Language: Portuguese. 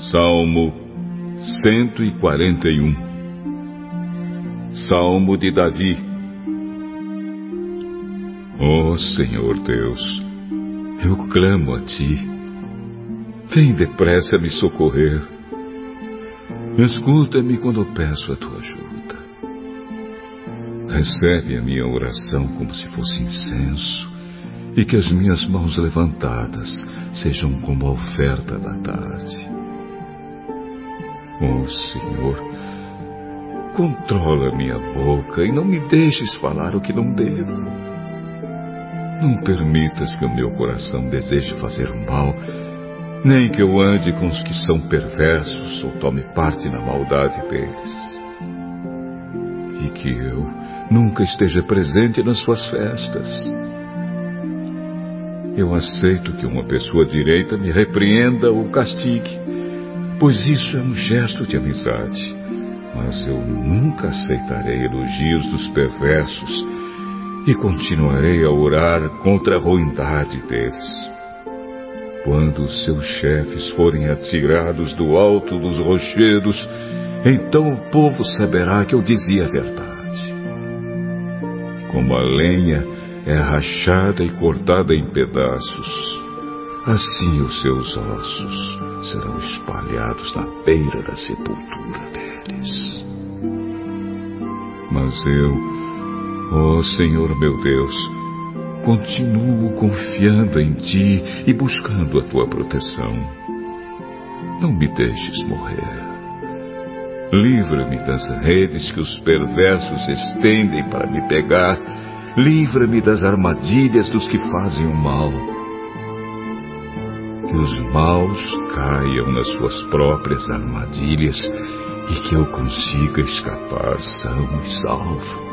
Salmo 141. Salmo de Davi. Ó Senhor Deus, eu clamo a Ti. Vem depressa me socorrer. Escuta-me quando eu peço a Tua ajuda. Recebe a minha oração como se fosse incenso, e que as minhas mãos levantadas sejam como a oferta da tarde. Ó Senhor, controla minha boca e não me deixes falar o que não devo. Não permitas que o meu coração deseje fazer o mal, nem que eu ande com os que são perversos ou tome parte na maldade deles. E que eu nunca esteja presente nas suas festas. Eu aceito que uma pessoa direita me repreenda ou castigue, pois isso é um gesto de amizade. Mas eu nunca aceitarei elogios dos perversos e continuarei a orar contra a ruindade deles. Quando os seus chefes forem atirados do alto dos rochedos, então o povo saberá que eu dizia a verdade. Como a lenha é rachada e cortada em pedaços, assim os seus ossos serão espalhados na beira da sepultura deles. Mas eu, ó Senhor meu Deus, continuo confiando em Ti e buscando a Tua proteção. Não me deixes morrer. Livra-me das redes que os perversos estendem para me pegar. Livra-me das armadilhas dos que fazem o mal. Que os maus caiam nas suas próprias armadilhas e que eu consiga escapar são e salvo.